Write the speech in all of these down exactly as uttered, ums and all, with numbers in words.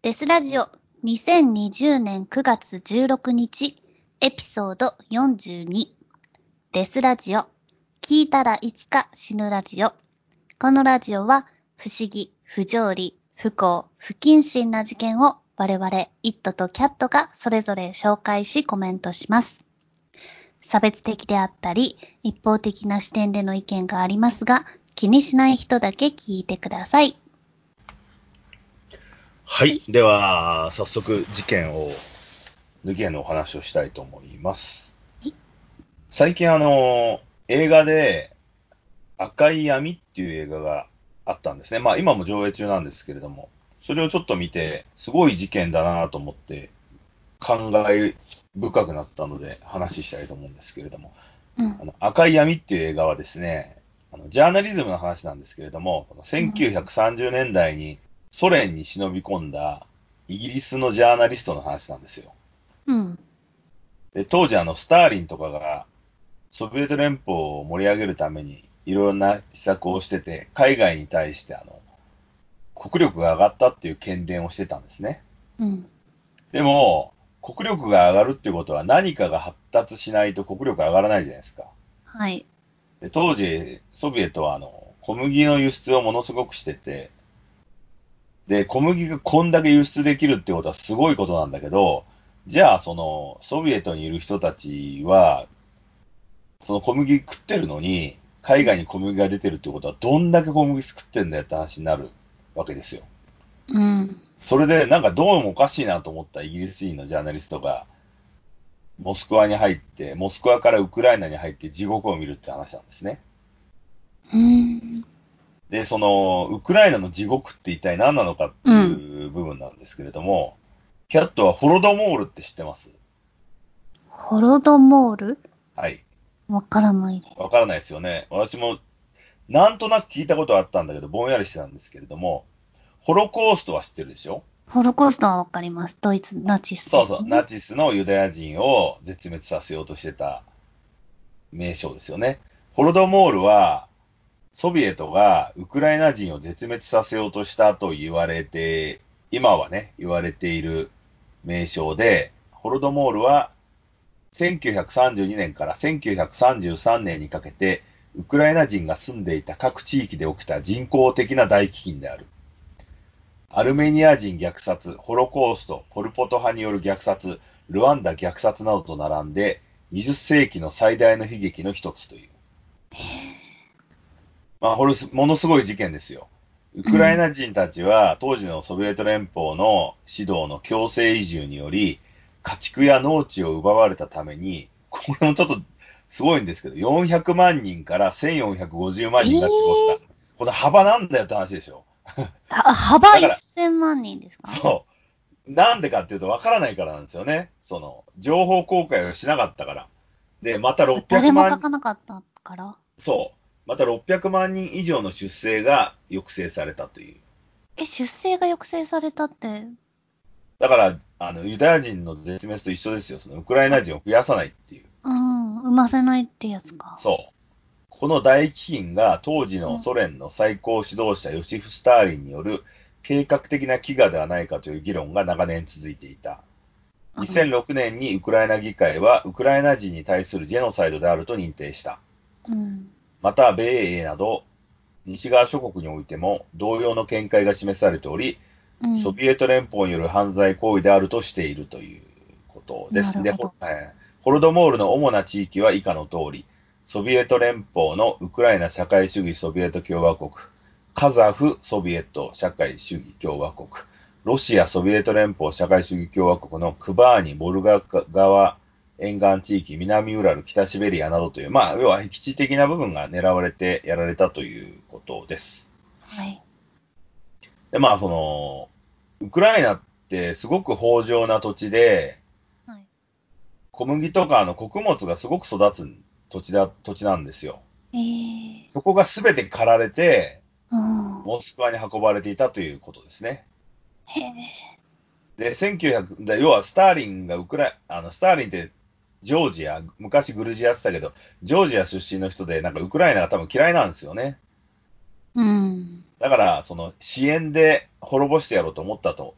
デスラジオにせんにじゅうねんくがつじゅうろくにちエピソードよんじゅうにデスラジオ聞いたらいつか死ぬラジオ。このラジオは不思議、不条理、不幸、不謹慎な事件を我々イットとキャットがそれぞれ紹介しコメントします。差別的であったり一方的な視点での意見がありますが、気にしない人だけ聞いてください。 はい。では、早速事件を、事件のお話をしたいと思います。 はい、 最近あの、映画で赤い闇っていう映画があったんですね。まあ今も上映中なんですけれども、それをちょっと見て、すごい事件だなと思って、感慨深くなったので話したいと思うんですけれども、 うん、 あの赤い闇っていう映画はですね、あのジャーナリズムの話なんですけれども、このせんきゅうひゃくさんじゅうねんだいにソ連に忍び込んだイギリスのジャーナリストの話なんですよ。 うん、 で、当時あのスターリンとかがソビエト連邦を盛り上げるためにいろんな施策をしてて、海外に対してあの国力が上がったっていう喧伝をしてたんですね。 うん、 でも、国力が上がるっていうことは何かが発達しないと国力が上がらないじゃないですか。 はい。 で当時、ソビエトはあの小麦の輸出をものすごくしてて、で、小麦がこんだけ輸出できるってことはすごいことなんだけど、じゃあ、その、ソビエトにいる人たちは、その小麦食ってるのに、海外に小麦が出てるってことは、どんだけ小麦食ってんだよって話になるわけですよ。 うん、 それで、なんかどうもおかしいなと思ったイギリス人のジャーナリストが、モスクワに入って、モスクワからウクライナに入って地獄を見るって話なんですね。 うん、 で、その、ウクライナの地獄って一体何なのかってうん。 いう部分なんですけれども、キャットはホロドモールって知ってます？ ホロドモール？ はい。 わからないです。 わからないですよね。私もなんとなく聞いたことはあったんだけど、ぼんやりしてたんですけれども、ホロコーストは知ってるでしょ？ ホロコーストはわかります。ドイツナチスそうそう、 ですね。 ナチスのユダヤ人を絶滅させようとしてた名称ですよね。ホロドモールは、ソビエトがウクライナ人を絶滅させようとしたと言われて、今はね、言われている名称で、ホロドモールはせんきゅうひゃくさんじゅうにねんからせんきゅうひゃくさんじゅうさんねんにかけて、ウクライナ人が住んでいた各地域で起きた人工的な大飢饉である。アルメニア人虐殺、ホロコースト、ポルポト派による虐殺、ルワンダ虐殺などと並んで、にじゅっせいきの最大の悲劇の一つという。まあ、これものすごい事件ですよ。ウクライうん。 ナ人たちは当時のソビエト連邦の指導の強制移住により、家畜や農地を奪われたために、これもちょっとすごいんですけど、よんひゃくまんにんからせんよんひゃくごじゅうまんえ人が死亡した。 ー、 この幅なんだよって話でしょ。 は幅だから、 せんまん人ですか？ そう。なんでかっていうと分からないからなんですよね。その、情報公開をしなかったから。で、また600 誰も書万、 かなかったから。 そう。またろっぴゃくまん人以上の出生が抑制されたという。 え、出生が抑制されたって、 だから、あの、ユダヤ人の絶滅と一緒ですよ。その、ウクライあ、 ナ人を増やさないっていう。 うん、産ませないってやつか。 そう。この大飢饉が当時のうん、 ソ連の最高指導者ヨシフ・スターリンによる計画的な飢餓ではないかという議論が長年続いていた。 うん、 にせんろくねんにウクライナ議会はウクライナ人に対するジェノサイドであると認定した。 うん、 また、米英など西側諸国においても同様の見解が示されており、 うん。 ソビエト連邦による犯罪行為であるとしているということです。で、 なるほど。 ホロドモールの主な地域は以下の通り、ソビエト連邦のウクライナ社会主義ソビエト共和国、カザフソビエト社会主義共和国、ロシアソビエト連邦社会主義共和国のクバーニ・ボルガ川沿岸地域、南ウラル、北シベリアなどという、まあ、要は基地的な部分が狙われてやられたということです。 はい。 で、まあ、その、ウクライナってすごく豊穣な土地で、 はい。 小麦とかあの穀物がすごく育つ土地だ、土地なんですよ。 えー、 そこがすべて刈られて、 うん。 モスクワに運ばれていたということですね。 へえ。 で、せんきゅうひゃく、で要はスターリンがウクライ、あの、スターリンってジョージア、昔グルジアって言ったけど、ジョージア出身の人で、なんかウクライナが多分嫌いなんですよね。 うん。 だから、その支援で滅ぼしてやろうと思ったと。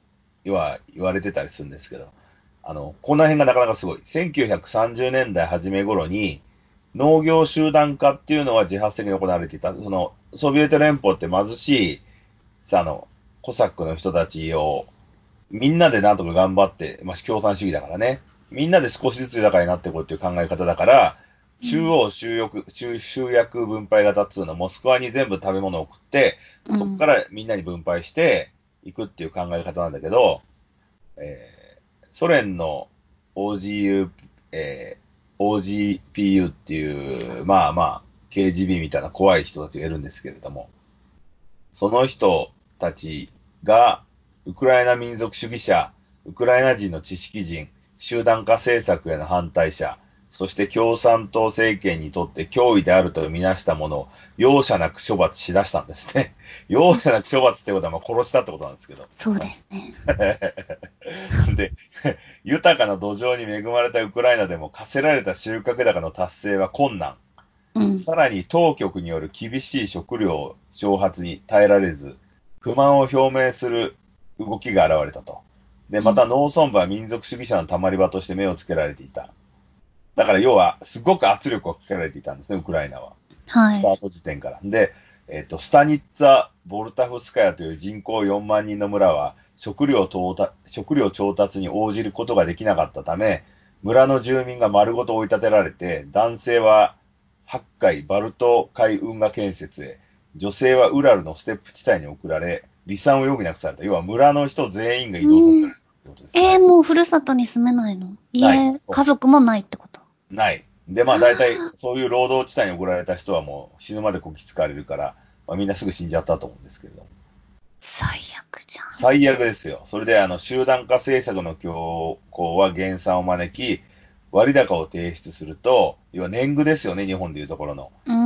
は言われてたりするんですけど、あの、この辺がなかなかすごい。せんきゅうひゃくさんじゅうねんだい初め頃に、農業集団化っていうのは自発的に行われていた。その、ソビエト連邦って貧しい、さ、あの、コサックの人たちを、みんなでなんとか頑張って、まあ、共産主義だからね。みんなで少しずつ豊かになっていこうっていう考え方だから、中央集約、集集約分配型っつうの、モスクワに全部食べ物を送って、そこからみんなに分配していくっていう考え方なんだけど、えーソ連の オージーユー、えー オージーピーユー っていう、まあまあ、ケージービー みたいな怖い人たちがいるんですけれども、その人たちが、ウクライナ民族主義者、ウクライナ人の知識人、集団化政策への反対者、そして共産党政権にとって脅威であるとみなしたものを容赦なく処罰しだしたんですね。容赦なく処罰ってことはまあ殺したってことなんですけど。 そうですね。 で、豊かな土壌に恵まれたウクライナでも課せられた収穫高の達成は困難。 うん。 さらに当局による厳しい食料挑発に耐えられず、不満を表明する動きが現れたと。で、また農村部は民族主義者のたまり場として目をつけられていた。だから要は、すごく圧力をかけられていたんですね、ウクライナは。 はい。 スタート時点から。で、えっと、スタニッツァ・ボルタフスカヤという人口よんまん人の村は食料到達食料調達に応じることができなかったため、村の住民が丸ごと追い立てられて、男性は八海バルト海運河建設へ、女性はウラルのステップ地帯に送られ、離散を余儀なくされた。要は村の人全員が移動させられたってことですね。 えー、もうふるさとに住めないの？ ない。 家、家族もないってこと？ ない。で、まあ大体、そういう労働地帯に送られた人はもう死ぬまでこき使われるから、まあ、みんなすぐ死んじゃったと思うんですけれども。 最悪じゃん。 最悪ですよ。それで、あの、集団化政策の強行は減産を招き、割高を提出すると、要は年貢ですよね、日本でいうところの。 うん。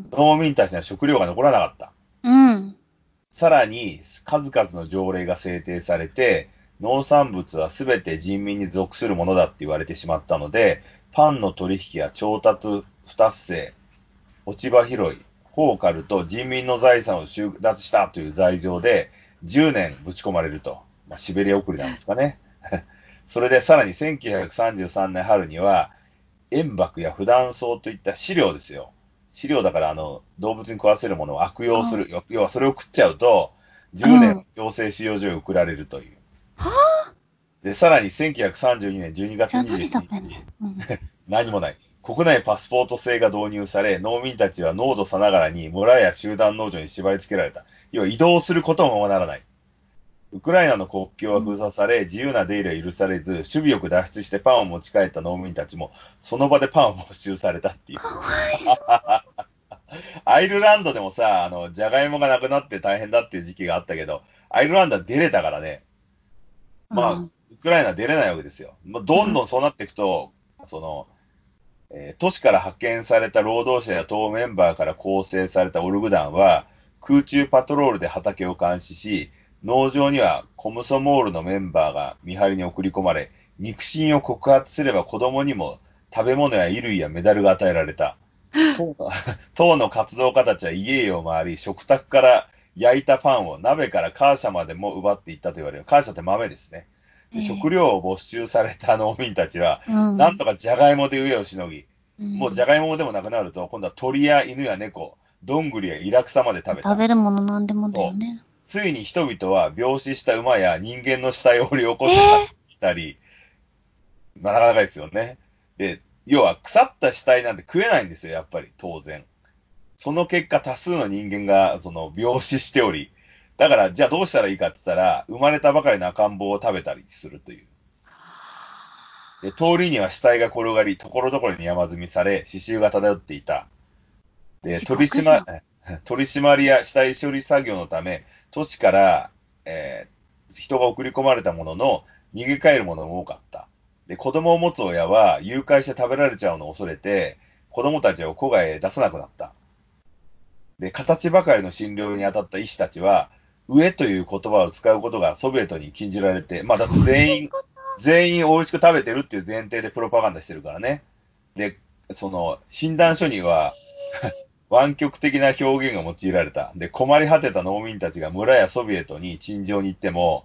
農民たちには食料が残らなかった。 うん。 さらに、数々の条例が制定されて、農産物はすべて人民に属するものだって言われてしまったので、パンの取引や調達不達成、落ち葉拾い、放火ると人民の財産を収奪したという罪状でじゅうねんぶち込まれると。まあ、シベリア送りなんですかね。それでさらにせんきゅうひゃくさんじゅうさんねん春には、塩爆や不断草といった飼料ですよ。飼料だからあの動物に食わせるものを悪用すあ、 る。要はそれを食っちゃうと、 うじゅうねんん。 強制収容所へ送られるという。 はあ、 で、さらにせんきゅうひゃくさんじゅうにねん12月じゃあ何 27 食べんの？ 日、 うん。 何もない。国内パスポート制が導入され、農民たちは濃度さながらに村や集団農場に縛り付けられた。要は移動することもままならない。ウクライナの国境は封鎖され、自由な出入りは許されず、守備よく脱出してパンを持ち帰った農民たちも、その場でパンを没収されたっていう。 かわいそう。 アイルランドでもさ、あの、じゃがいもがなくなって大変だっていう時期があったけど、アイルランドは出れたからね、まあ、 うん。 ウクライナは出れないわけですよ。まあ、どんどんそうなっていくと、その、えー都市から派遣された労働者や党メンバーから構成されたオルグ団は、空中パトロールで畑を監視し、農場にはコムソモールのメンバーが見張りに送り込まれ、肉親を告発すれば子供にも食べ物や衣類やメダルが与えられた。党の党の活動家たちは家々を回り、食卓から焼いたパンを鍋からカーシャまでも奪っていったと言われる。カーシャって豆ですね。で食ええ、 料を没収された農民たちは、 うん。 なんとかジャガイモで飢えをしのぎ、もうジャうん。 ガイモでもなくなると、今度は鳥や犬や猫、どんぐりやイラクサまで食べた。 食べるものなんでもだよと、 ね。 ついに人々は病死した馬や人間の死体を掘り起こえして食え、 べたり、まあ、なかなかですよね。で、要は腐った死体なんて食えないんですよ、やっぱり、当然。その結果、多数の人間が、その、病死しており、だから、じゃあどうしたらいいかって言ったら、生まれたばかりの赤ん坊を食べたりするという。で、通りには死体が転がり、ところどころに山積みされ、刺繍が漂っていた。で、 地取り締ま、 獄じゃん。 取り締まりや死体処理作業のため、都市から、えー人が送り込まれたものの、逃げ帰るものも多かった。で、子供を持つ親は、誘拐して食べられちゃうのを恐れて、子供たちを戸外へ出さなくなった。で、形ばかりの診療に当たった医師たちは、飢えという言葉を使うことがソビエトに禁じられて、まあだってどう全員、 いうこと？ 全員美味しく食べてるっていう前提でプロパガンダしてるからね。で、その、診断書には、湾曲的な表現が用いられた。で、困り果てた農民たちが村やソビエトに陳情に行っても、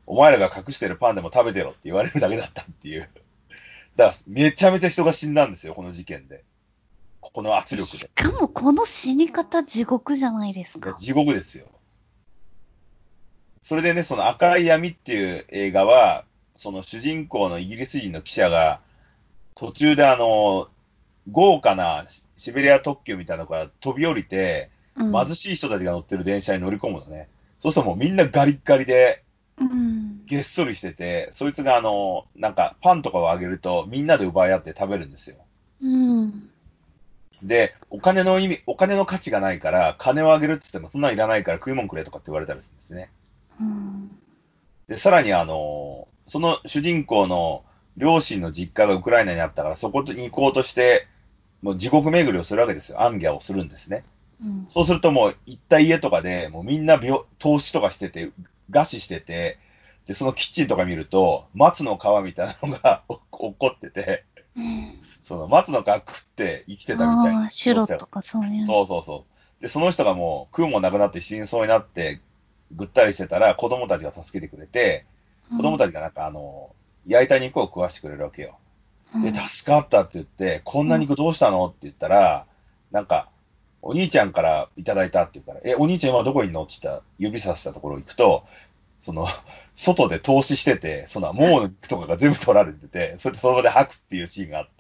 お前らが隠してるパンでも食べてろって言われるだけだったっていう。だから、めちゃめちゃ人が死んだんですよ、この事件で。この圧力しで。 かもこの死に方地獄じゃないですか。 いや地獄ですよ。それでね、その赤い闇っていう映画は、その主人公のイギリス人の記者が、途中であの、豪華なシシベリア特急みたいなのから飛び降りて、 うん。 貧しい人たちが乗ってる電車に乗り込むのね。そうするともうみんなガリッガリで、 うん。 げっそりしてて、そいつがあの、なんかパンとかをあげるとみんなで奪い合って食べるんですよ。 うん。 で、お金の意味、お金の価値がないから、金をあげるって言ってもそんなんいらないから食い物くれとかって言われたりするんですね。 うん。 で、さらにあの、その主人公の両親の実家がウクライナにあったから、そこに行こうとして、もう地獄巡りをするわけですよ。暗夜をするんですね。 うん。 そうするともう行った家とかで、もうみんな病投資とかしてて、餓死してて、で、そのキッチンとか見ると、松の皮みたいなのが落っこってて、 うん。 その松の皮食って生きてたみたいなああ、シュ描写が。 ロとかそういう。 そうそうそう。で、その人がもう食うもなくなって死にそうになって、ぐったりしてたら子供たちが助けてくれて、子供うん。 たちがなんかあの、焼いた肉を食わしてくれるわけよ。で、 うん。 助かったって言って、こんな肉どうしたのって言ったら、なんか、お兄ちゃんからいただいたって言うから、え、お兄ちゃん今どこにいんのって言ったら、指さしたところ行くと、その、外で投資してて、その、もうの肉とかが全部取られてて、それでその場で吐くっていうシーンがあって、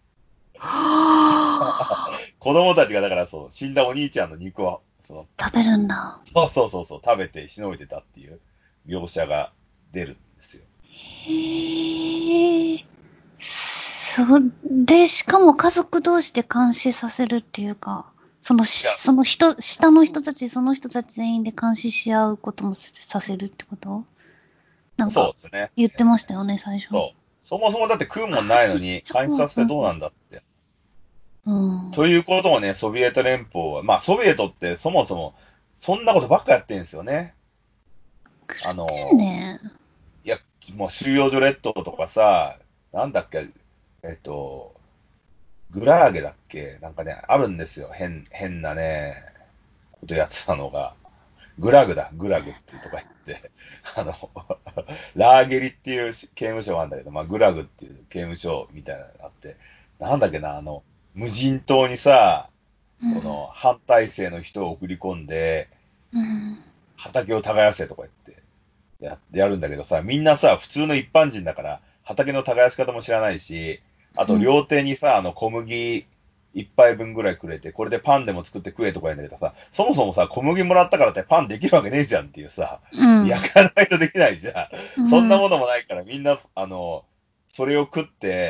はあ。 子供たちがだからそう、死んだお兄ちゃんの肉を、その、 食べるんだ。 そうそうそうそう、食べてしのいでたっていう描写が出るんですよ。 へえ。そで、しかも家族同士で監視させるっていうか、そのし、 いや、 その人、下の人たち、その人たち全員で監視し合うこともするさせるってことなんか、 そうですね。 言ってましたよね、最初。 そう。そもそもだって食うもんあないのに、 めっちゃ監視怖い。 させてどうなんだって。 うん。うん。 ということをね、ソビエト連邦は、まあ、ソビエトってそもそも、そんなことばっかやってるんですよね。あ狂ってんの、 ね。 いや、もう収容所列島とかさ、なんだっけ、えっと、グラーゲだっけなんかね、あるんですよ。変、変なね、ことやってたのが。グラグだ、グラグってとか言って、あの、ラーゲリっていう刑務所があるんだけど、まあ、グラグっていう刑務所みたいなのがあって、なんだっけな、あの、無人島にさ、 うん。 その、反体制の人を送り込んで、 うん。 畑を耕せとか言ってや、やるんだけどさ、みんなさ、普通の一般人だから、畑の耕し方も知らないし、あと、 うん。 料亭にさ、あの、小麦一杯分ぐらいくれて、これでパンでも作って食えとか言うんだけどさ、そもそもさ、小麦もらったからってパンできるわけねえじゃんっていうさ、 うん。 焼かないとできないじゃん。 うん。 そんなものもないから、みんな、あの、それを食って、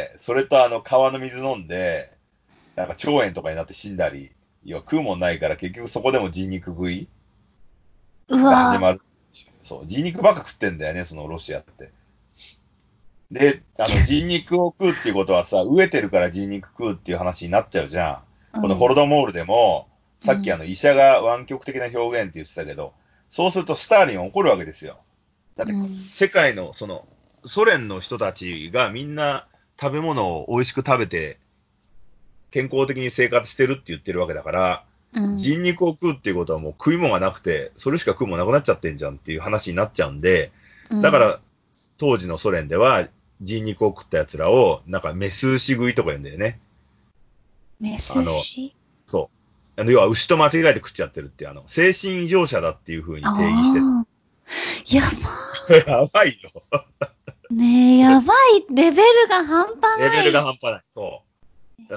それとあの、川の水飲んで、なんか腸炎とかになって死んだり、いや、食うもんないから、結局そこでも人肉食いうわが始まる。そう、人肉ばっか食ってんだよね、そのロシアって。で、あの、人肉を食うっていうことはさ、飢えてるから人肉食うっていう話になっちゃうじゃん。 ぁ。 このホロうん。 ドモールでも、 うん。 さっきあの、医者が湾曲的な表現って言ってたけど、そうするとスターリンは怒るわけですよ。だって、 うん。 世界の、その、ソ連の人たちがみんな食べ物を美味しく食べて、健康的に生活してるって言ってるわけだから、 うん。 人肉を食うっていうことはもう食い物がなくて、それしか食うものなくなっちゃってんじゃんっていう話になっちゃうんで、 うん。 だから当時のソ連では人肉を食った奴らを、なんかメス牛食いとか言うんだよね。 メスあの、 シそう。あの、要は牛と間違えて食っちゃってるっていう、あの、精神異常者だっていう風に定義してる。 ああ。やばやばいよ。 い。ねえ、やばい。レベルが半端レベルがない。 半端ない。そう。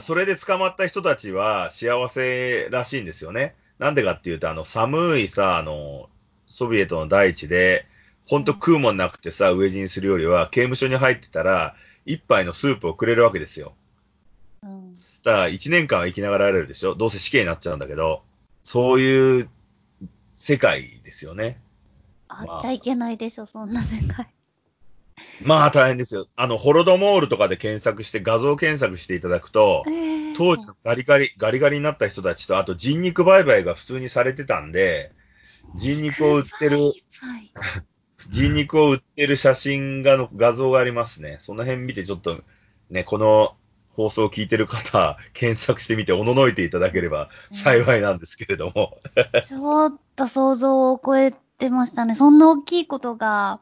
それで捕まった人たちは幸せらしいんですよね。なんでかっていうと、あの、寒いさ、あの、ソビエトの大地で、ほんとうん。 食うもんなくてさ、飢え死にするよりは、刑務所に入ってたら、一杯のスープをくれるわけですよ。 うん。 そしたら、一年間は生きながらえるでしょ。どうせ死刑になっちゃうんだけど、そういう世界ですよね。 あっちゃいまあ、 けないでしょ、そんな世界。 まあ大変ですよ。あの、ホロドモールとかで検索して、画像検索していただくと、 ええー、 当時のガリガリ、ガリガリになった人たちと、あと人肉売買が普通にされてたんで、人肉を売っ肉バてる、 イバイ。 人肉を売ってる写真がの画像がありますね。その辺見てちょっと、ね、この放送を聞いてる方、検索してみて、おののいていただければ幸いね、 なんですけれども。 ちょっと想像を超えてましたね。そんな大きいことが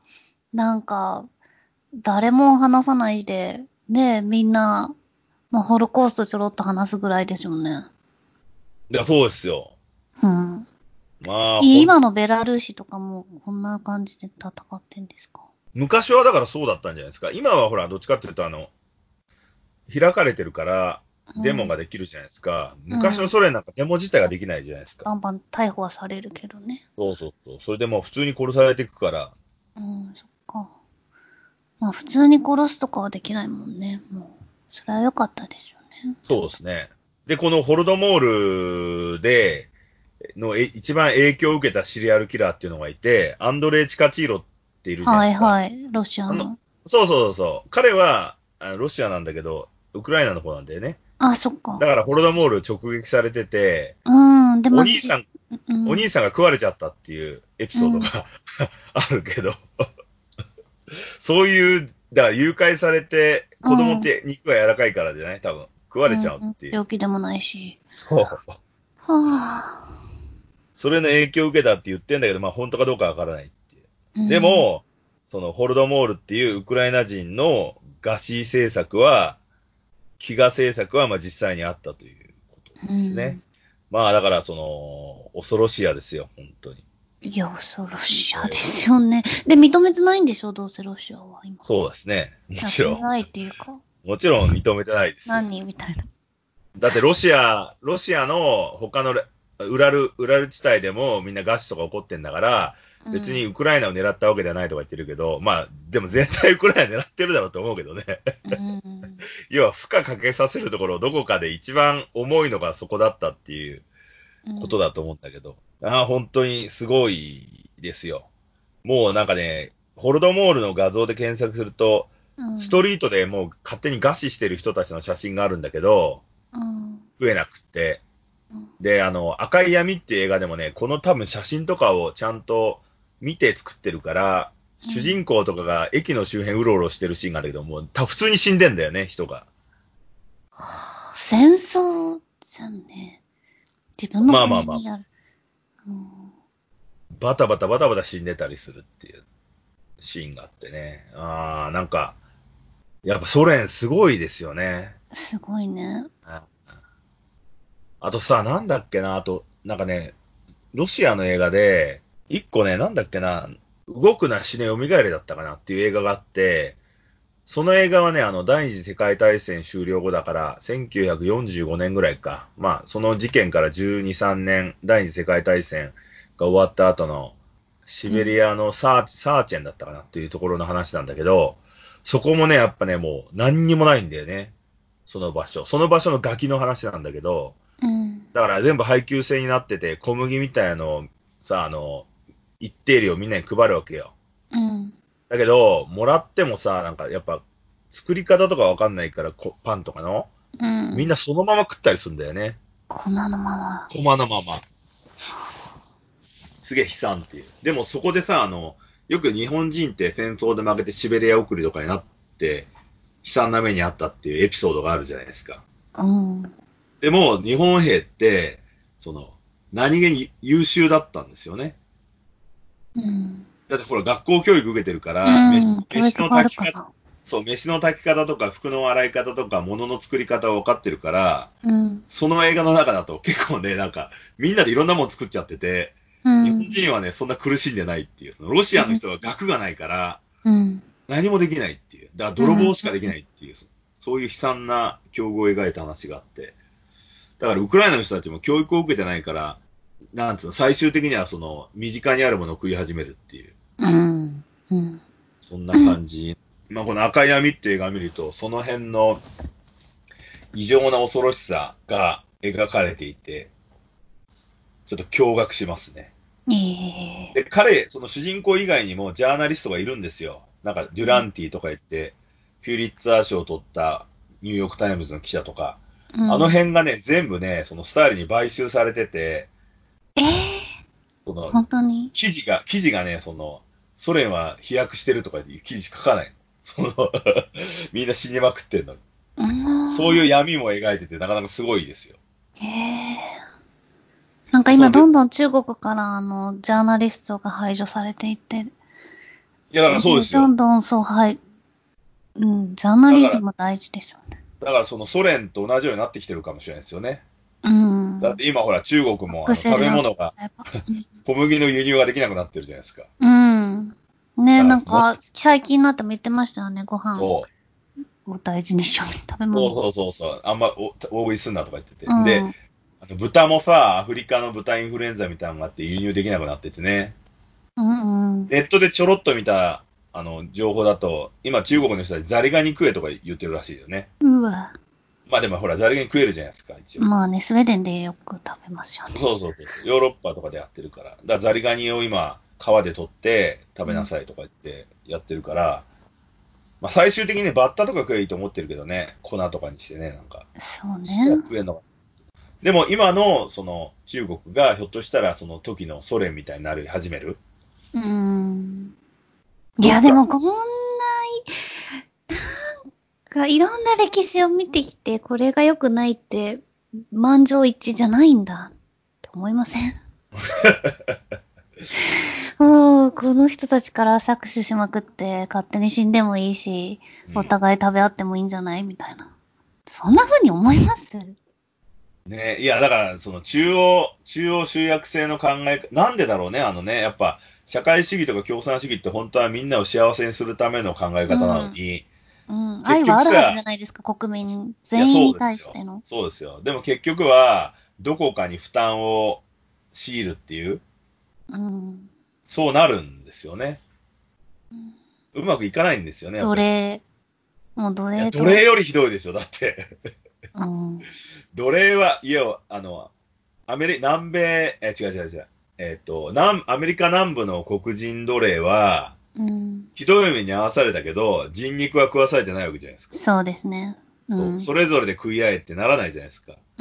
なんか、誰も話さないで、ね、みんな、まあ、ホロコーストちょろっと話すぐらいでしょうね。 いや、そうですよ。 うん。 まあ、ほん、 今のベラルーシとかもこんな感じで戦ってんですか？ 昔はだからそうだったんじゃないですか。今はほら、どっちかっていうと、あの、開かれてるから、デモうん。 ができるじゃないですか。 うん。 昔のソ連なんかデモ自体ができないじゃないですか。 バンバン逮捕はされるけどね。 そうそうそう。それでもう普通に殺されていくから、 うん、そっか。まあ普通に殺すとかはできないもんね。もう、それは良かったでしょうね。 そうですね。で、このホロドモールで、のえ一番影響を受けたシリアルキラーっていうのがいて、アンドレイ・チカチーロっているじゃないはいですか。 はい。ロシアあの、 の。 そうそうそう。彼は、あのロシアなんだけど、ウクライナの方なんだよね。 あ、そっか。 だからホロドモール直撃されてて、 うん、で、まず、 お兄さん、 うん、 お兄さんが食われちゃったっていうエピうん、 ソードがあるけど、そういう、だから誘拐されて、子供っうん、 て肉が柔らかいからじゃない多分。食われちゃうっうん、 ていう。 病気でもないし。 そう。 はあ、 それの影響を受けたって言ってんだけど、まあ本当かどうかわからないっていう。 うん、 でも、そのホロドモールっていうウクライナ人の餓死政策は、飢餓政策はまあ実際にあったということうですね。 ん。 まあだからその、恐ろしやですよ、本当に。 いや、恐ろしやでえーすよね。で、認めてないんでしょ、どうせロシアは今。 そうですね。もやっちろん。 てないっていうか、 もちろん認めてないですよ。 何みたいな。 だってロシア、ロシアの他のレウラル、ウラル地帯でもみんな餓死とか起こってんだから、 うん、 別にウクライナを狙ったわけではないとか言ってるけど、まあ、でも絶対ウクライナ狙ってるだろうと思うけどね。 うん、 要は負荷かけさせるところどこかで一番重いのがそこだったっていううん、 ことだと思うんだけど。ああ、本当にすごいですよ。もうなんかね、ホロドモールの画像で検索すると、 うん、 ストリートでもう勝手に餓死してる人たちの写真があるんだけど、 うん、 増えなくって。 うん、 で、あの、赤い闇っていう映画でもね、この多分写真とかをちゃんと見て作ってるから、主うん。 人公とかが駅の周辺うろうろしてるシーンがあるんだけど、もうた普通に死んでんだよね、人が。 戦争じゃんね。自分のまあまあまあ、 国にある。うん、 バタバタバタバタ死んでたりするっていうシーンがあってね。ああ、なんか、やっぱソ連すごいですよね。 すごいね。 ああとさ、なんだっけな、あと、なんかね、ロシアの映画で、一個ね、なんだっけな、動くな死ね蘇れだったかなっていう映画があって、その映画はね、あの、第二次世界大戦終了後だから、せんきゅうひゃくよんじゅうごねんぐらいか。まあ、その事件からじゅうに、さんねん、第二次世界大戦が終わった後の、シベうん、 リアのサーチ、サーチェンだったかなっていうところの話なんだけど、そこもね、やっぱね、もう何にもないんだよね。その場所。その場所のガキの話なんだけど、 うん、 だから全部配給制になってて、小麦みたいなのをさ、あの、一定量みんなに配るわけよ。 うん、 だけど、もらってもさ、なんかやっぱ、作り方とかわかんないから、こパンとかの、 うん。 みんなそのまま食ったりするんだよね。 粉のまま。 コマのまま。すげえ悲惨っていう。でもそこでさ、あの、よく日本人って戦争で負けてシベリア送りとかになって、悲惨な目にあったっていうエピソードがあるじゃないですか。 うん、 でも、日本兵って、その、何気に優秀だったんですよね。 うん。 だってほら、学校教育受けてるかうら、飯、 ん、教飯の育がある炊き方、 から。 そう、飯の炊き方とか、服の洗い方とか、物の作り方を分かってるから、 うん、 その映画の中だと結構ね、なんか、みんなでいろんなもの作っちゃってて、 う日本ん、 人はね、そんな苦しんでないっていう、そのロシアの人は学がないから、 うん、 何もできないっていう、だからうん、 泥棒しかできないっていう、そういう悲惨な境遇を描いた話があって、だからウクライナの人たちも教育を受けてないから、なんつうの、最終的にはその、身近にあるものを食い始めるっていう、 うん、うん。 そんな感じ。まあ、この赤い闇っていう映画を見ると、その辺の異常な恐ろしさが描かれていて、ちょっと驚愕しますね。 ええ、 で、彼、その主人公以外にもジャーナリストがいるんですよ。なんか、デュランティとか言って、ピューリッツァー賞を取ったニューヨークタイムズの記者とか、あのうん。 辺がね、全部ね、そのスタイルに買収されてて、 ええ、 その、 本当に。 記事が、記事がね、その、ソ連は飛躍してるとかいう記事書かない。そのみんな死にまくってんのに。 うん。 そういう闇も描いてて、なかなかすごいですよ。 ええ、なんかで、そので、 今どんどん中国からあの、ジャーナリストが排除されていって、 いや、だからそうですよ。 どんどんそう、はい。うん、ジャーナリズム大事ですよね。 だからそのソ連と同じようになってきてるかもしれないですよね。 うん。 だって今ほら中国アもあの食クセルをべ物が、 使えば。うん。 小麦の輸入ができなくなってるじゃないですか。 うん。ね、 だからもっなんか、最近になっても言ってましたよね。ご飯そう、 を大事にしよう。食べ物。 そうそうそうそう、あんまお大食いすんなとか言ってて。で、 うん。 あの豚もさ、アフリカの豚インフルエンザみたいなのがあって輸入できなくなっててね。 うんうん。 ネットでちょろっと見た、あの、情報だと、今中国の人たちザリガニ食えとか言ってるらしいよね。 うわ。 まあでもほら、ザリガニ食えるじゃないですか、一応。 まあね、スウェーデンでよく食べますよね。 そうそうそうそう。ヨーロッパとかでやってるから。だからザリガニを今、川で取って食べなさいとか言ってやってるから、まあ最終的にね、バッタとか食えばいいと思ってるけどね。粉とかにしてね、なんか。 そうね。 したら食えんのか。でも今の、その、中国がひょっとしたらその時のソ連みたいになり始める。 うーん。いや、 どっか、 でもこんな、なんかいろんな歴史を見てきて、これが良くないって、満場一致じゃないんだ、って思いません？もう、この人たちから搾取しまくって、勝手に死んでもいいし、おうん。 互い食べ合ってもいいんじゃないみたいな。そんな風に思います？ ね、いや、だから、その中央、中央集約性の考え、なんでだろうね、あのね、やっぱ、社会主義とか共産主義って本当はみんなを幸せにするための考え方なのうん。 に、 うん。 結愛はあるはずじ局さ、 ゃないですか、国民いや、 全員にそうですよ。 対しての。 そうですよ。でも結局は、どこかに負担を強いるっていう、 うん。 そうなるんですよね。うまくいかないんですよね、やっぱり。い奴隷、もう奴や、 隷と、 奴隷よりひどいでしょ、だって。 うん。 奴隷は、いや、あの、アメリ、南米、え、違う違う違う。えっと、南、アメリカ南部の黒人奴隷は、 うん。 ひどい目に遭わされたけど、人肉は食わされてないわけじゃないですか。 そうですね。うそう。 ん。 それぞれで食い合えってならないじゃないですか。 うん。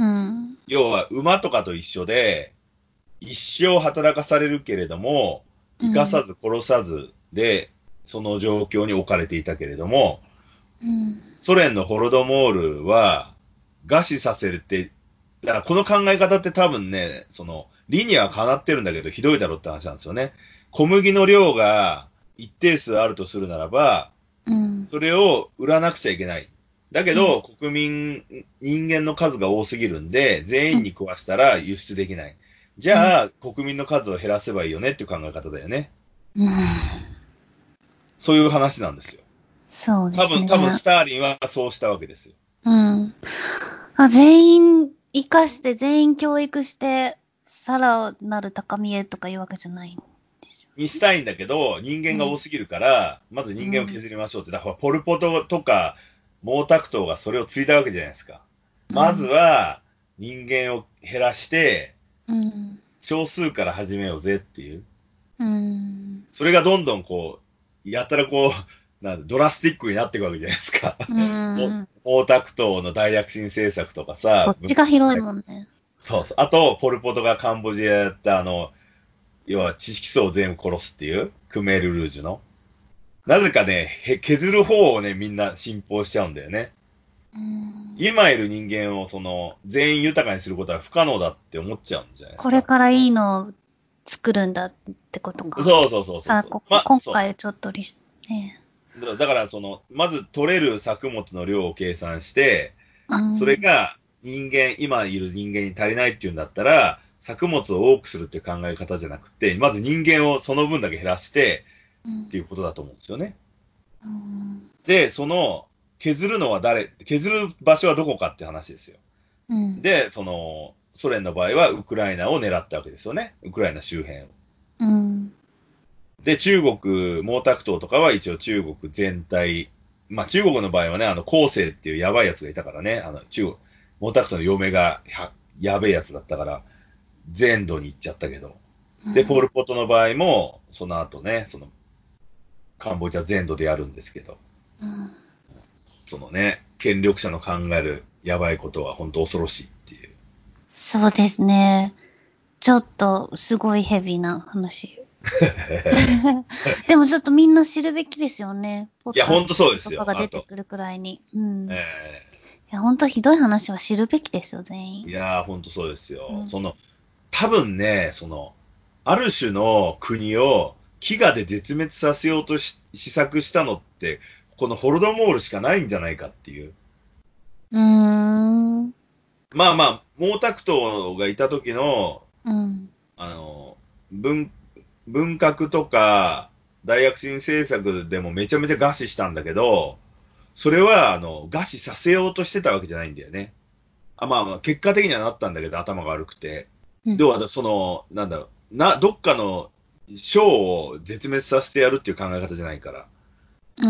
要は、馬とかと一緒で、一生働かされるけれども、生かうん。 さず殺さずで、その状況に置かれていたけれども、 うん。 ソ連のホロドモールは、餓死させるって、だからこの考え方って多分ね、その、理にはかなってるんだけど、ひどいだろうって話なんですよね。小麦の量が一定数あるとするならば、 うん。 それを売らなくちゃいけない。だけうん。 ど、国民、人間の数が多すぎるんで、全うん。 員に食わしたら輸出できない。じうん。 ゃあ、国民の数を減らせばいいよねっていう考え方だよね。 うん。 そういう話なんですよ。 そうで多分、 すね。 多分、スターリンはそうしたわけですよ。 うん。あ、全員生かして、全員教育して、さらなる高みへとかいうわけじゃないんですよ。 にしたいんだけど、人間が多うん。 すぎるから、まず人間をうん。 削りましょうって。だから、ポルポトとか、毛沢東がそれを継いだわけじゃないですか。まずうん。 は、人間を減らして、 うん。 少数から始めようぜっていう。 うん。 それがどんどんこう、やたらこう、なんだドラスティックになっていくわけじゃないですか。 うもん。 毛沢東の大躍進政策とかさ、 土地が広いもんね。 そうそう。あと、ポルポトがカンボジアやったあの、要は知識層を全部殺すっていう、クメール・ルージュの。なぜかね、へ削る方をね、みんな信奉しちゃうんだよね。 うん。 今いる人間をその、全員豊かにすることは不可能だって思っちゃうんじゃないですか。 これからいいのを作るんだってことか。 そうそうそうそうあ、 そう。 こ、 ま、 今そ回ちょっとリス、ね。 う。だだからその、まず取れる作物の量を計算して、 うそれん。 が人間、今いる人間に足りないっていうんだったら、作物を多くするっていう考え方じゃなくて、まず人間をその分だけ減らしてうん。 っていうことだと思うんですよね。 うん。 で、その、削るのは誰、削る場所はどこかって話ですよ。 うん。 で、その、ソ連の場合はウクライナを狙ったわけですよね。ウクライナ周辺を。 うん。 で、中国、毛沢東とかは一応中国全体、まあ中国の場合はね、あの、孔正っていうやばいやつがいたからね、あの、中国、毛沢東の嫁がややべえやつだったから、全土に行っちゃったけど。で、ポーうん。 ルポトの場合も、その後ね、その、カンボジア全土でやるんですけど、 うん。 そのね、権力者の考えるやばいことは本当恐ろしいっていう。 そうですね。ちょっと、すごいヘビーな話。でもちょっとみんな知るべきですよね。ポッいや、 ター本当そうですよ。 とかがあと、 出てくるくらいに。うん。いえや、ほんとひどい話は知るべきですよ、全ー、い員。 やー、本当そうですよ。 うん。 その、多分ね、その、ある種の国を飢餓で絶滅させようとし施策したのって、このホロドモールしかないんじゃないかっていう。 うーん。 まあまあ、毛沢東がいた時の、 うん。 あの、文、文革とか、大躍進政策でもめちゃめちゃ餓死したんだけど、それは、あの、餓死させようとしてたわけじゃないんだよね。あ、まあまあ、結果的にはなったんだけど、頭が悪くて。 うんでは、その、なんだろう、な、どっかの省を絶滅させてやるっていう考え方じゃないから。 うん。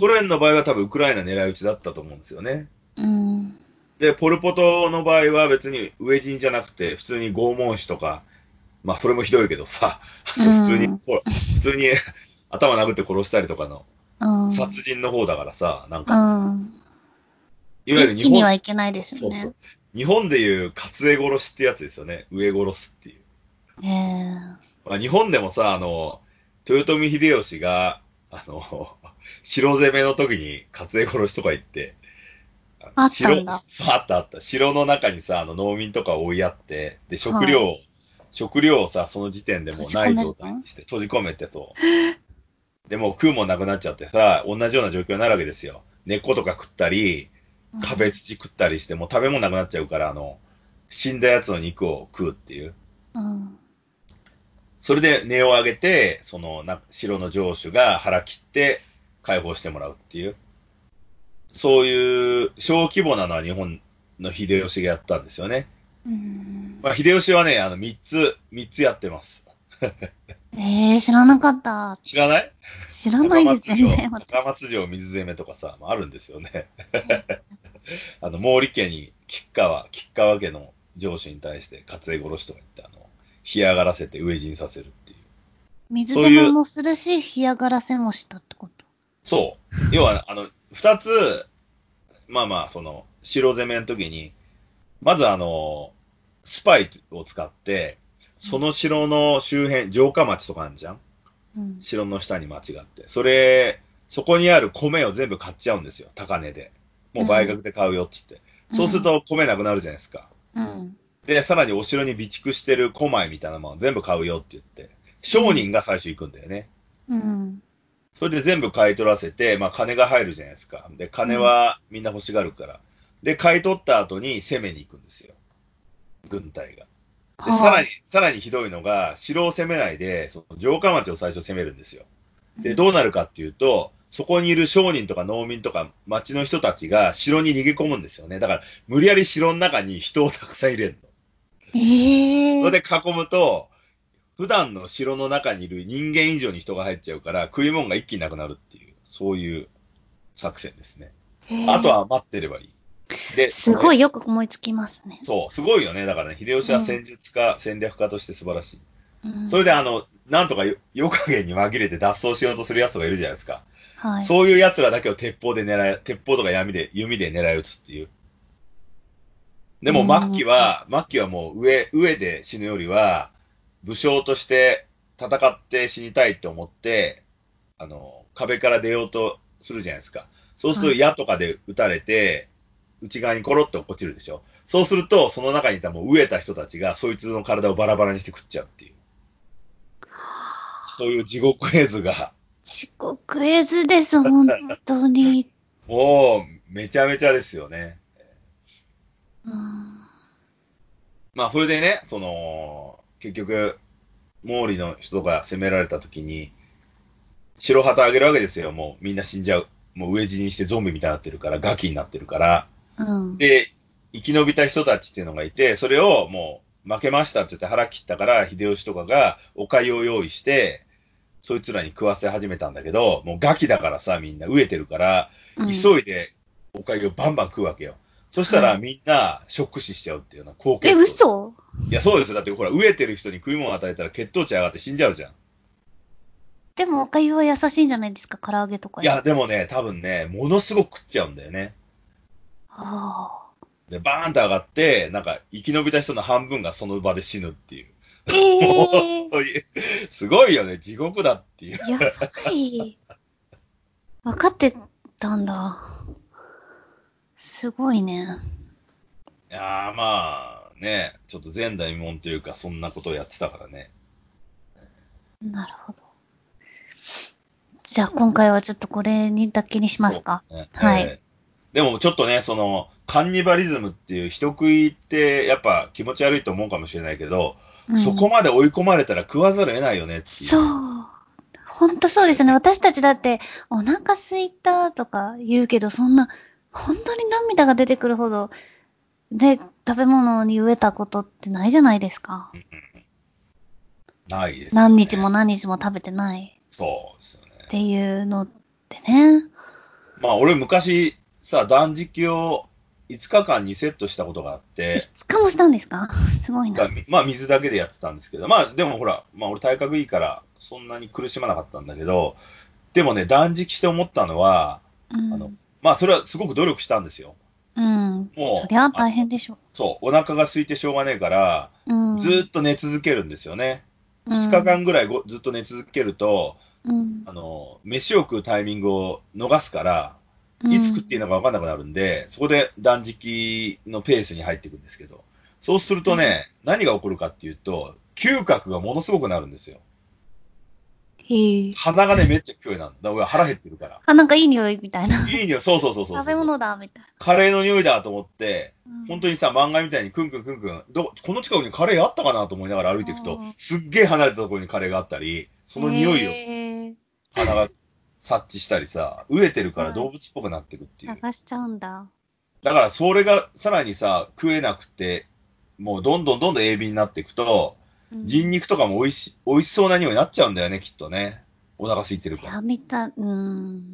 ソ連の場合は多分ウクライナ狙い撃ちだったと思うんですよね。 うん。 で、ポルポトの場合は別に飢え死にじゃなくて、普通に拷問死とか、まあそれもひどいけどさ、あうと普通に、 ん。 ほら、普通に頭殴って殺したりとかのうん。 殺人の方だからさ、なんうか、 ん。 いわゆ一気にる日本、 はいけないですよね。 そうそう。日本でいう、カツエ殺しってやつですよね。飢え殺すっていう。 ええ。 まあ、日本でもさ、あの、豊臣秀吉が、あの、城攻めの時にカツエ殺しとか言って、あのあった城、 んだ。 そうあったあった。城の中にさ、あの農民とか追いやって、で、食はい。 料を、食料をさ、その時点で閉じ込もうない状めるの？ 態にして閉じ込めてと。で、もう食うもんなくなっちゃってさ、同じような状況になるわけですよ。根っことか食ったり、 うん。 壁土食ったりして、もう食べ物なくなっちゃうから、あの、死んだやつの肉を食うっていう。 うん。 それで値を上げて、そのな城の城主が腹切って解放してもらうっていう。そういう小規模なのは日本の秀吉がやったんですよね。 うん。 まあ、秀吉はね、あの、三つ、三つやってます。 ええ、知らなかった。 知らない？ 知らな高いです、 松城、 全然、私。 高松城水攻めとかさ、まあ、あるんですよね。 えあの、毛利家に、吉川、吉川家の城主に対して、勝江殺しとか言って、あの、干上がらせて飢え死にさせるっていう。 水そういう、 攻めもするし、干上がらせもしたってこと？ そう。要は、あの、二つ、まあまあ、その、城攻めの時に、まずあの、スパイを使って、その城の周辺、城下町とかあるじゃん。 うん。 城の下に町があって。それ、そこにある米を全部買っちゃうんですよ。高値で。もう倍うん。 額で買うよって言って。そうするうん。 と米なくなるじゃないですか。 うん。 で、さらにお城に備蓄してる古米みたいなもの全部買うよって言って。商うん。 人が最初行くんだよね。 うん。 それで全部買い取らせて、まあ金が入るじゃないですか。で、金うん。 はみんな欲しがるから。で、買い取った後に攻めに行くんですよ。軍隊が。で、さらに、 はあ。 さらにひどいのが、城を攻めないで、その城下町を最初攻めるんですよ。で、 うん。 どうなるかっていうと、そこにいる商人とか農民とか町の人たちが城に逃げ込むんですよね。だから、無理やり城の中に人をたくさん入れるの。それでええ。 囲むと、普段の城の中にいる人間以上に人が入っちゃうから、食い物が一気になくなるっていう、そういう作戦ですね。あとへえ。 は待ってればいい。で、その、 すごいよく思いつきますね。 そう、すごいよね。だからね、秀吉うん。 は戦術家、戦略家として素晴らしい。 うん。 それであの、なんとかよ夜影に紛れて脱走しようとする奴がいるじゃないですか。 はい。 そういう奴らだけを鉄砲で狙い、鉄砲とか闇で、弓で狙い撃つっていう。でうも末ん。 期は、末期はもう上、上で死ぬよりは、武将として戦って死にたいって思って、あの、壁から出ようとするじゃないですか。そうすはい。 ると矢とかで撃たれて、内側にコロッと落ちるでしょ。そうすると、その中にいたもう飢えた人たちが、そいつの体をバラバラにして食っちゃうっていう。そういう地獄絵図が、 遅刻絵図です、本当に。 もう、めちゃめちゃですよね。 うん。 まあ、それでね、その、結局、毛利の人が攻められた時に、白旗あげるわけですよ。もうみんな死んじゃう。もう飢え死にしてゾンビみたいになってるから、ガキになってるから。 うん。 で、生き延びた人たちっていうのがいて、それをもう負けましたって言って腹切ったから、秀吉とかがお粥を用意して、そいつらに食わせ始めたんだけど、もうガキだからさ、みんな飢えてるから、 うん。 急いでお粥をバンバン食うわけよ。そしたはい。 らみんなショック死しちゃうっていうような高え、 血糖。い嘘？ や、そうですよ。だってほら、飢えてる人に食い物を与えたら血糖値上がって死んじゃうじゃん。 でもおかゆは優しいんじゃないですか、唐揚げとかいや、 より。 でもね、多分ね、ものすごく食っちゃうんだよね。 はあ。 で、バーンと上がって、なんか、生き延びた人の半分がその場で死ぬっていう。もう、 ええそういう、すごいよね、地獄だっていう。 ー、やばい。分かってたんだ。すごいね。 いやー、まあ、ね、ちょっと前代未聞というか、そんなことをやってたからね。 なるほど。 じゃあ今回はちょっとこれにだけにしますか。 ねはい、 えーでもちょっとね、その、カンニバリズムっていう人食いってやっぱ気持ち悪いと思うかもしれないけど、 うん、 そこまで追い込まれたら食わざるを得ないよねっていう。 そう。ほんとそうですね。私たちだって、お腹空いたとか言うけど、そんな、本当に涙が出てくるほど、で、食べ物に飢えたことってないじゃないですか。 ないですよね。 何日も何日も食べてないそうですよね。 っていうのってね。 まあ俺昔さ、断食をいつかかんにセットしたことがあっいて、 つかもしたんですか？すごいな。 だまあ水だけでやってたんですけど、まあでもほら、まあ俺体格いいからそんなに苦しまなかったんだけど、でもね、断食して思ったのは、 うあの、 ん。 まあそれはすごく努力したんですよ。 うん。そもう、 りゃあの、 大変でしょ。 そう、お腹が空いてしょうがねえから、 うん。 ずーっと寝続けるんですよね。 うふつかかんん。 ぐらいごずっと寝続けると、 うん。 あの、飯を食うタイミングを逃すから、 うん。 いつ食っていいのか分かんなくなるんで、そこで断食のペースに入っていくんですけど、そうするとね、何が起こるかっていうと、嗅覚がものすごくなるんですよ。 へえ。 鼻がね、めっちゃ聞こえなんだ。俺は腹減ってるから。 あ、なんかいい匂いみたいな。 いい匂い、そうそうそうそうそうそう。 食べ物だ、みたいカレーの匂いだと思って、 な。うん。 本当にさ、漫画みたいにクンクンクンクン、ど、この近くにカレーあったかなと思いながら歩いていくと、 うんすっげえ離れたところにカレーがあったり、その匂いをへえ。 鼻が察知したりさ、飢えてるからはい。 動物っぽくなってくっていう。 探しちゃうんだ。 だからそれがさらにさ、食えなくて、もうどんどんどんどん鋭敏になっていくと、人うん。 肉とかも美味し、美味しそうな匂いになっちゃうんだよね、きっとね。お腹空いてるいや、 から。 見た、うん。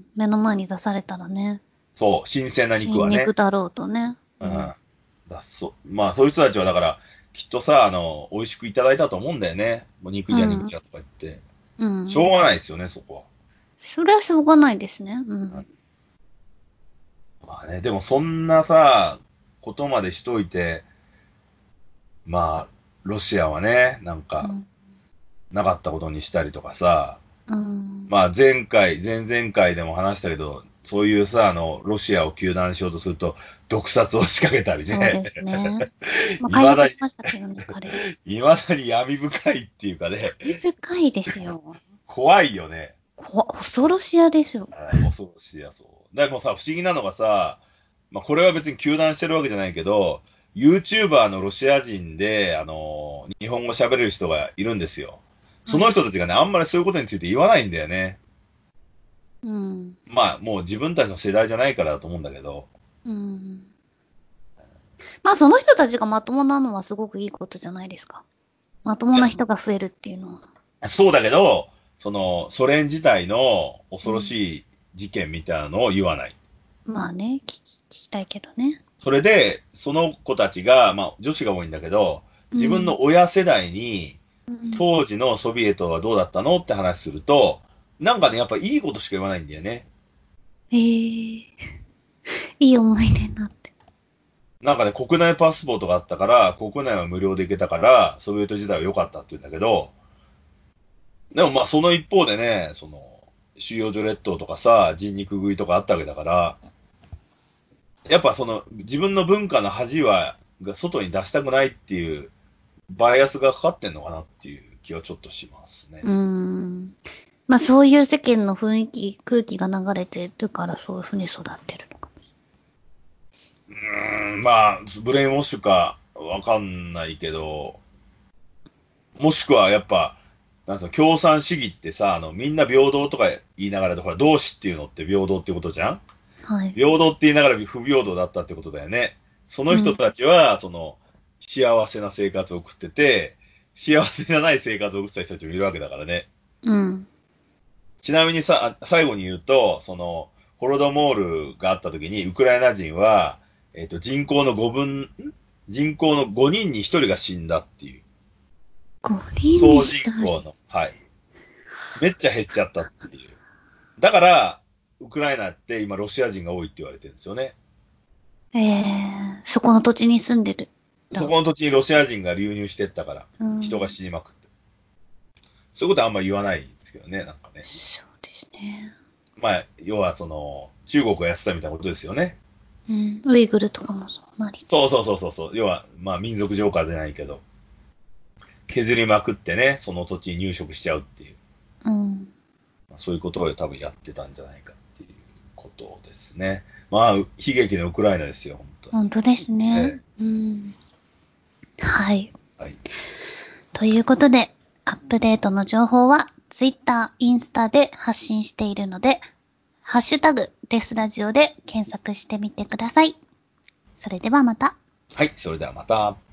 目の前に出されたらね。 そう、新鮮な肉はね。 新肉だろうとね。 うん。 うん。 だそ、まあ、そういう人たちはだから、きっとさ、あの、美味しくいただいたと思うんだよね。もう肉じゃ肉うん。 じゃとか言って。 うん。 しょうがないですよね、そこは。 それはしょうがないですね。ううん、 ん。 まあね、でもそんなさ、ことまでしといて、まあ、ロシアはね、なんか、 うん。 なかったことにしたりとかさ、 うん。 まあ前回、前々回でも話したけど、そういうさ、あの、ロシアを糾弾しようとすると、毒殺を仕掛けたりね。 そうですね。まあ、 未だに、 回復しましたけどね、彼。 未だに闇深いっていうかね、 興味深いですよ。 怖いよね。 こ、恐ろしやですよ。 あ恐ろしいや、そう。でもさ、不思議なのがさ、まあこれは別に糾弾してるわけじゃないけど、YouTuber のロシア人で、あの、日本語喋れる人がいるんですよ。そはい。 の人たちがね、あんまりそういうことについて言わないんだよね。 うん。 まあ、もう自分たちの世代じゃないからだと思うんだけど。 うん。まあ、その人たちがまともなのはすごくいいことじゃないですか。まともいや、 な人が増えるっていうのは。 そうだけど、その、ソ連時代の恐ろうん。 しい事件みたいなのを言わない。 まあね、聞き、聞きたいけどね。 それで、その子たちが、まあ、女子が多いんだけど、自分うん。 の親世代に、 うん。 当時のソビエトはどうだったのって話すると、なんかね、やっぱいいことしか言わないんだよね。 ええいい思い出になって。 なんかね、国内パスポートがあったから、国内は無料で行けたから、ソビエト時代は良かったって言うんだけど、でもまあその一方でね、その、収容所列島とかさ、人肉食いとかあったわけだから、やっぱその、自分の文化の恥は、が外に出したくないっていう、バイアスがかかってんのかなっていう気はちょっとしますね。 うーん。まあそういう世間の雰囲気、空気が流れてるからそういうふうに育ってるのか。 うーん、まあ、ブレインウォッシュかわかんないけど、もしくはやっぱ、なんつうの、共産主義ってさ、あの、みんな平等とか言いながら、ほら、同志っていうのって平等ってことじゃん。 はい。 平等って言いながら不平等だったってことだよね。そのうん。 人たちは、その、幸せな生活を送ってて、幸せじゃない生活を送ってた人たちもいるわけだからね。 うん。 ちなみにさ、あ最後に言うと、その、ホロドモールがあった時に、ウクライナ人は、えっと、人口のごぶん、ん人口のごにんにひとりが死んだっていう。 ごにんに総人ひとり。 口の。はい。めっちゃ減っちゃったっていう。だから、ウクライナって今ロシア人が多いって言われてるんですよね。 ええそこの土地に住んでる。だ。 そこの土地にロシア人が流入してったから、 うん。 人が死にまくって。そういうことはあんま言わないんですけどね、なんかね。 そうですね。 まあ、要はその、中国がやってたみたいなことですよね。 うん。ウイグルとかもそうなりつつ。 そうそうそうそうそう。要は、まあ民族浄化じゃないけど、削りまくってね、その土地に入植しちゃうっていう。 うん。 そういうことを多分やってたんじゃないかっていうことですね。まあ、悲劇のウクライナですよ、本当に。 本当ですね。 えうん。はい。 はい。 ということで、アップデートの情報は、ツイッター、インスタで発信しているので、ハッシュタグ、デスラジオで検索してみてください。それではまた。 はい、それではまた。